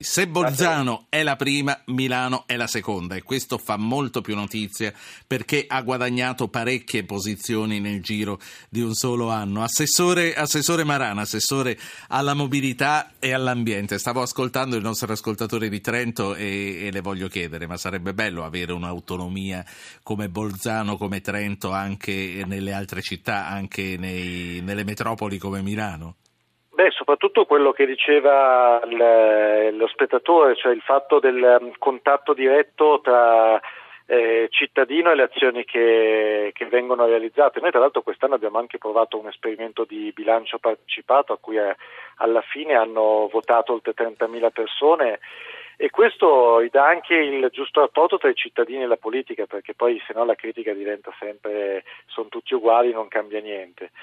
Se Bolzano è la prima, Milano è la seconda, e questo fa molto più notizia perché ha guadagnato parecchie posizioni nel giro di un solo anno. Assessore Marana, assessore alla mobilità e all'ambiente, stavo ascoltando il nostro ascoltatore di Trento e le voglio chiedere, ma sarebbe bello avere un'autonomia come Bolzano, come Trento, anche nelle altre città, anche nelle metropoli come Milano? Soprattutto quello che diceva lo spettatore, cioè il fatto del contatto diretto tra cittadino e le azioni che vengono realizzate. Noi tra l'altro quest'anno abbiamo anche provato un esperimento di bilancio partecipato a cui alla fine hanno votato oltre 30.000 persone, e questo dà anche il giusto rapporto tra i cittadini e la politica, perché poi se no la critica diventa sempre sono tutti uguali, non cambia niente.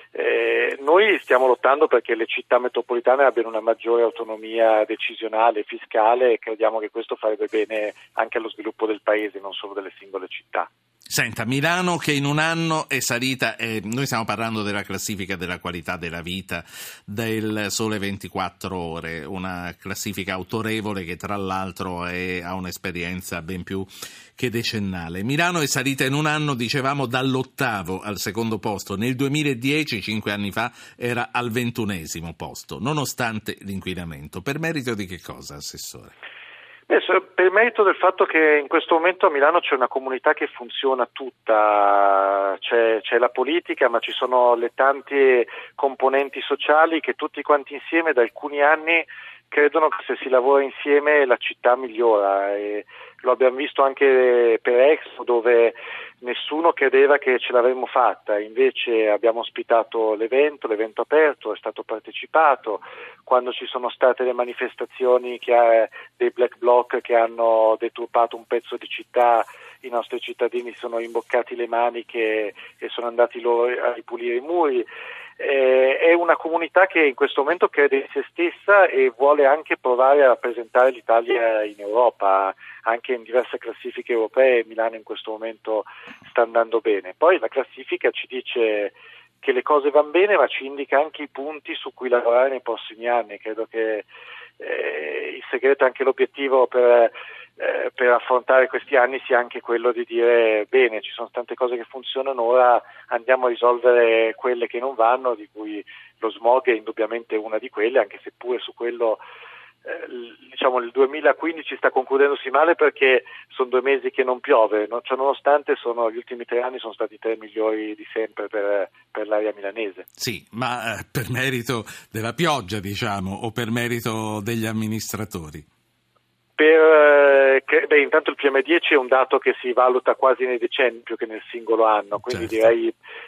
Noi stiamo lottando perché le città metropolitane abbiano una maggiore autonomia decisionale e fiscale, e crediamo che questo farebbe bene anche allo sviluppo del paese, non solo delle singole città. Senta, Milano che in un anno è salita, noi stiamo parlando della classifica della qualità della vita del Sole 24 Ore, una classifica autorevole che tra l'altro ha un'esperienza ben più che decennale. Milano è salita in un anno, dicevamo, dall'8° al secondo posto. Nel 2010, 5 anni fa, era al 21° posto, nonostante l'inquinamento. Per merito di che cosa, Assessore? Per merito del fatto che in questo momento a Milano c'è una comunità che funziona tutta, c'è la politica, ma ci sono le tante componenti sociali che tutti quanti insieme da alcuni anni credono che se si lavora insieme la città migliora, e lo abbiamo visto anche per Expo, dove nessuno credeva che ce l'avremmo fatta, invece abbiamo ospitato l'evento aperto, è stato partecipato. Quando ci sono state le manifestazioni dei Black Bloc che hanno deturpato un pezzo di città, i nostri cittadini sono imboccati le maniche e sono andati loro a ripulire i muri. È una comunità che in questo momento crede in se stessa e vuole anche provare a rappresentare l'Italia in Europa, anche in diverse classifiche europee. Milano in questo momento sta andando bene. Poi la classifica ci dice che le cose vanno bene, ma ci indica anche i punti su cui lavorare nei prossimi anni. Credo che il segreto, anche l'obiettivo per affrontare questi anni sia anche quello di dire: bene, ci sono tante cose che funzionano, ora andiamo a risolvere quelle che non vanno, di cui lo smog è indubbiamente una di quelle, anche se pure su quello il 2015 sta concludendosi male perché sono 2 mesi che non piove, nonostante gli ultimi 3 anni sono stati 3 migliori di sempre per l'area milanese. Sì, ma per merito della pioggia, diciamo, o per merito degli amministratori? Intanto il PM10 è un dato che si valuta quasi nei decenni più che nel singolo anno, quindi direi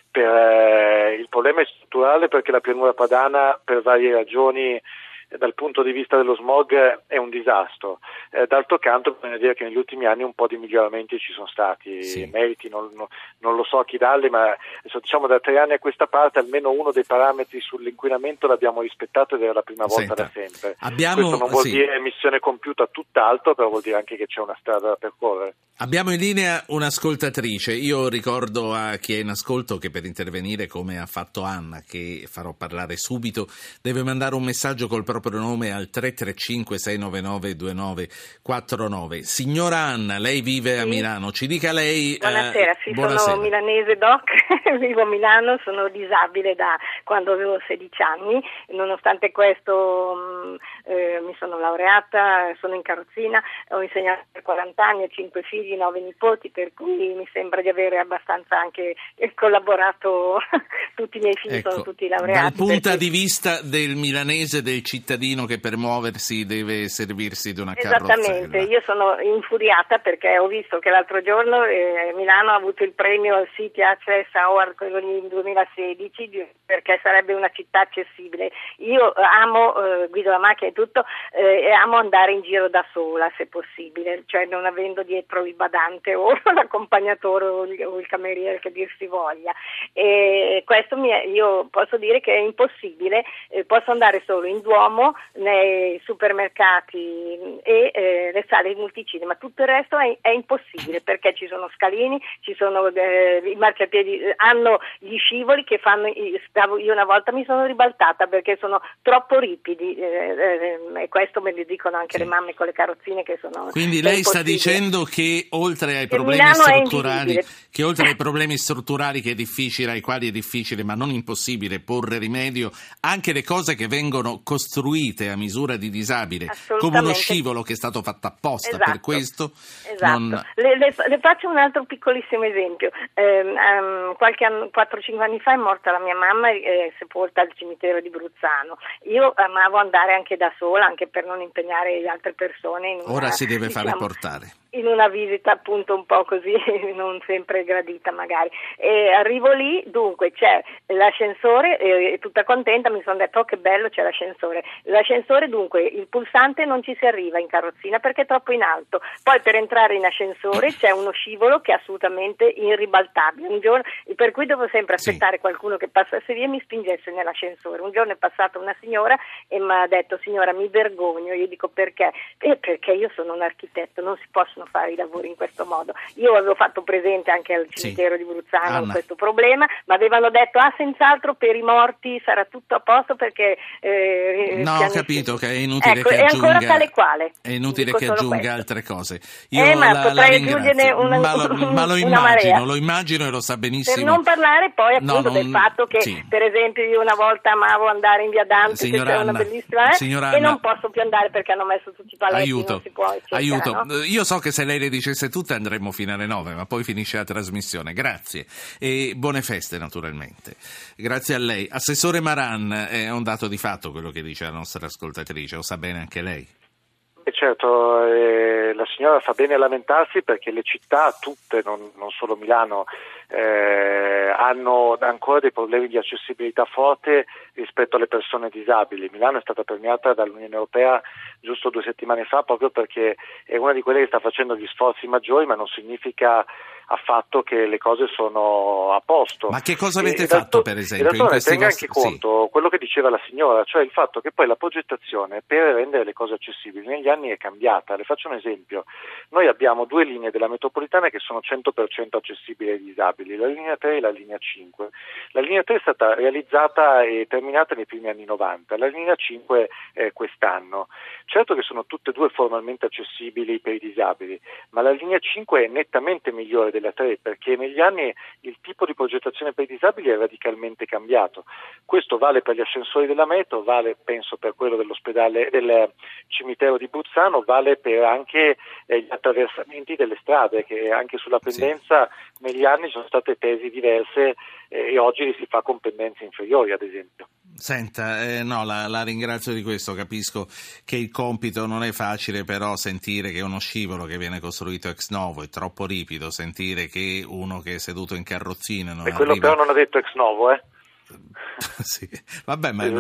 il problema è strutturale, perché la pianura padana per varie ragioni dal punto di vista dello smog è un disastro. D'altro canto bisogna dire che negli ultimi anni un po' di miglioramenti ci sono stati, sì. Meriti non lo so chi darli, ma diciamo da 3 anni a questa parte almeno uno dei parametri sull'inquinamento l'abbiamo rispettato, ed era la prima volta da sempre. Questo non vuol dire missione compiuta, tutt'altro, però vuol dire anche che c'è una strada da percorrere. Abbiamo in linea un'ascoltatrice. Io ricordo a chi è in ascolto che per intervenire, come ha fatto Anna, che farò parlare subito, deve mandare un messaggio col proprio nome al 335 699 2949. Signora Anna, lei vive a Milano, ci dica lei. Buonasera, sono milanese doc, vivo a Milano, sono disabile da quando avevo 16 anni, nonostante questo mi sono laureata, sono in carrozzina, ho insegnato per 40 anni, ho 5 figli, 9 nipoti, per cui mi sembra di avere abbastanza anche collaborato. Tutti i miei figli sono tutti laureati. Dal punto di vista del milanese, del cittadino che per muoversi deve servirsi di una carrozzella. Esattamente, io sono infuriata perché ho visto che l'altro giorno Milano ha avuto il premio al City Access Award, quello nel 2016, perché sarebbe una città accessibile. Io amo, guido la macchina e tutto, e amo andare in giro da sola se possibile, cioè non avendo dietro il badante o l'accompagnatore o il cameriere, che dir si voglia. E questo io posso dire che è impossibile, posso andare solo in Duomo, nei supermercati e le sale multicinema, tutto il resto è impossibile, perché ci sono scalini, ci sono i marciapiedi, hanno gli scivoli che fanno, io una volta mi sono ribaltata perché sono troppo ripidi, e questo me lo dicono anche le mamme con le carrozzine che sono. Quindi lei sta dicendo che oltre ai problemi strutturali che è difficile, ai quali è difficile ma non impossibile porre rimedio, anche le cose che vengono costruite a misura di disabile, come uno scivolo che è stato fatto apposta, esatto, per questo. Esatto. Le faccio un altro piccolissimo esempio. 4-5 anni fa è morta la mia mamma, sepolta al cimitero di Bruzzano. Io amavo andare anche da sola, anche per non impegnare altre persone. Ora si deve fare portare. In una visita appunto un po' così, non sempre gradita magari. E arrivo lì, dunque c'è l'ascensore, tutta contenta, mi sono detto che bello, c'è l'ascensore. L'ascensore dunque, il pulsante non ci si arriva in carrozzina perché è troppo in alto. Poi per entrare in ascensore c'è uno scivolo che è assolutamente irribaltabile. Un giorno, per cui devo sempre aspettare qualcuno che passasse via e mi spingesse nell'ascensore. Un giorno è passata una signora e mi ha detto: signora, mi vergogno. Io dico: perché? Perché io sono un architetto, non si possono fare i lavori in questo modo. Io avevo fatto presente anche al cimitero di Bruzzano questo problema, ma avevano detto: senz'altro per i morti sarà tutto a posto perché ho capito che è inutile che aggiunga, è ancora tale quale. È inutile che aggiunga altre cose. Ma potrei aggiungerne lo immagino e lo sa benissimo. Per non parlare poi appunto del fatto che per esempio io una volta amavo andare in Via Dante, che c'è una bellissima e non posso più andare perché hanno messo tutti i paletti, non si può, eccetera, aiuto. No? Io so che se lei le dicesse tutte andremmo fino alle 9, ma poi finisce la trasmissione. Grazie e buone feste naturalmente. Grazie a lei. Assessore Maran, è un dato di fatto quello che dice la nostra ascoltatrice, lo sa bene anche lei. Certo, la signora fa bene a lamentarsi perché le città tutte, non solo Milano, hanno ancora dei problemi di accessibilità forte rispetto alle persone disabili. Milano è stata premiata dall'Unione Europea giusto 2 settimane fa proprio perché è una di quelle che sta facendo gli sforzi maggiori, ma non significa affatto che le cose sono a posto. Ma che cosa avete fatto, per esempio? Tenga anche conto quello che diceva la signora, cioè il fatto che poi la progettazione per rendere le cose accessibili negli anni è cambiata. Le faccio un esempio: noi abbiamo 2 linee della metropolitana che sono 100% accessibili ai disabili, la linea 3 e la linea 5. La linea 3 è stata realizzata e terminata nei primi anni 90, la linea 5 quest'anno. Certo che sono tutte e 2 formalmente accessibili per i disabili, ma la linea 5 è nettamente migliore della 3 perché negli anni il tipo di progettazione per i disabili è radicalmente cambiato. Questo vale per gli ascensori della metro, vale penso per quello dell'ospedale, del cimitero di Bruzzano, vale per anche gli attraversamenti delle strade, che anche sulla pendenza negli anni sono state tesi diverse e oggi li si fa con pendenze inferiori, ad esempio. Senta, la ringrazio di questo, capisco che il compito non è facile, però sentire che uno scivolo che viene costruito ex novo è troppo ripido, sentire che uno che è seduto in carrozzina non e quello però non ha detto ex novo, Sì, vabbè, ma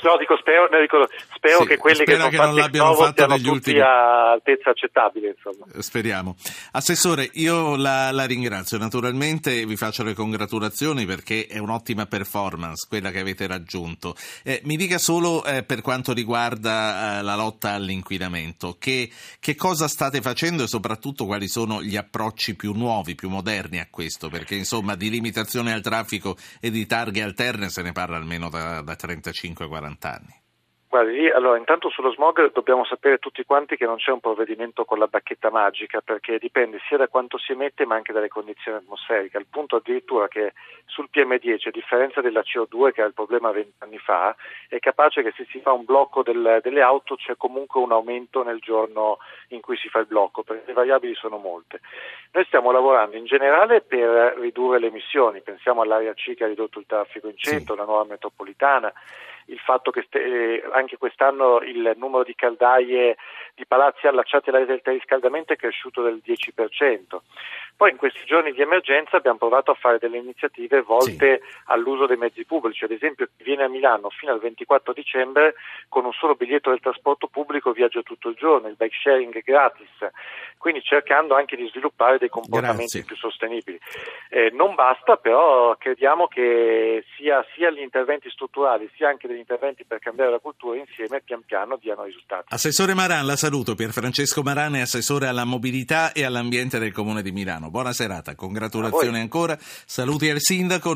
spero che quelli che non l'abbiano fatto siano tutti a altezza accettabile, insomma. Speriamo. Assessore, io la ringrazio, naturalmente vi faccio le congratulazioni perché è un'ottima performance quella che avete raggiunto. Mi dica solo per quanto riguarda la lotta all'inquinamento, che cosa state facendo e soprattutto quali sono gli approcci più nuovi, più moderni a questo, perché insomma di limitazione al traffico e di targhe alterne se ne parla almeno da 35-40 anni. Guardi, allora intanto sullo smog dobbiamo sapere tutti quanti che non c'è un provvedimento con la bacchetta magica, perché dipende sia da quanto si emette ma anche dalle condizioni atmosferiche, al punto addirittura che sul PM10, a differenza della CO2 che era il problema 20 anni fa, è capace che se si fa un blocco delle auto c'è comunque un aumento nel giorno in cui si fa il blocco, perché le variabili sono molte. Noi stiamo lavorando in generale per ridurre le emissioni, pensiamo all'area C che ha ridotto il traffico in centro, la nuova metropolitana, il fatto che anche quest'anno il numero di caldaie di palazzi allacciati alla rete del teleriscaldamento è cresciuto del 10%. Poi in questi giorni di emergenza abbiamo provato a fare delle iniziative volte all'uso dei mezzi pubblici, ad esempio chi viene a Milano fino al 24 dicembre con un solo biglietto del trasporto pubblico viaggia tutto il giorno, il bike sharing è gratis, quindi cercando anche di sviluppare dei comportamenti più sostenibili. Non basta, però crediamo che sia gli interventi strutturali sia anche degli degli interventi per cambiare la cultura insieme pian piano diano risultati. Assessore Maran, la saluto. Pierfrancesco Maran è assessore alla mobilità e all'ambiente del Comune di Milano. Buona serata, congratulazioni ancora, saluti al sindaco.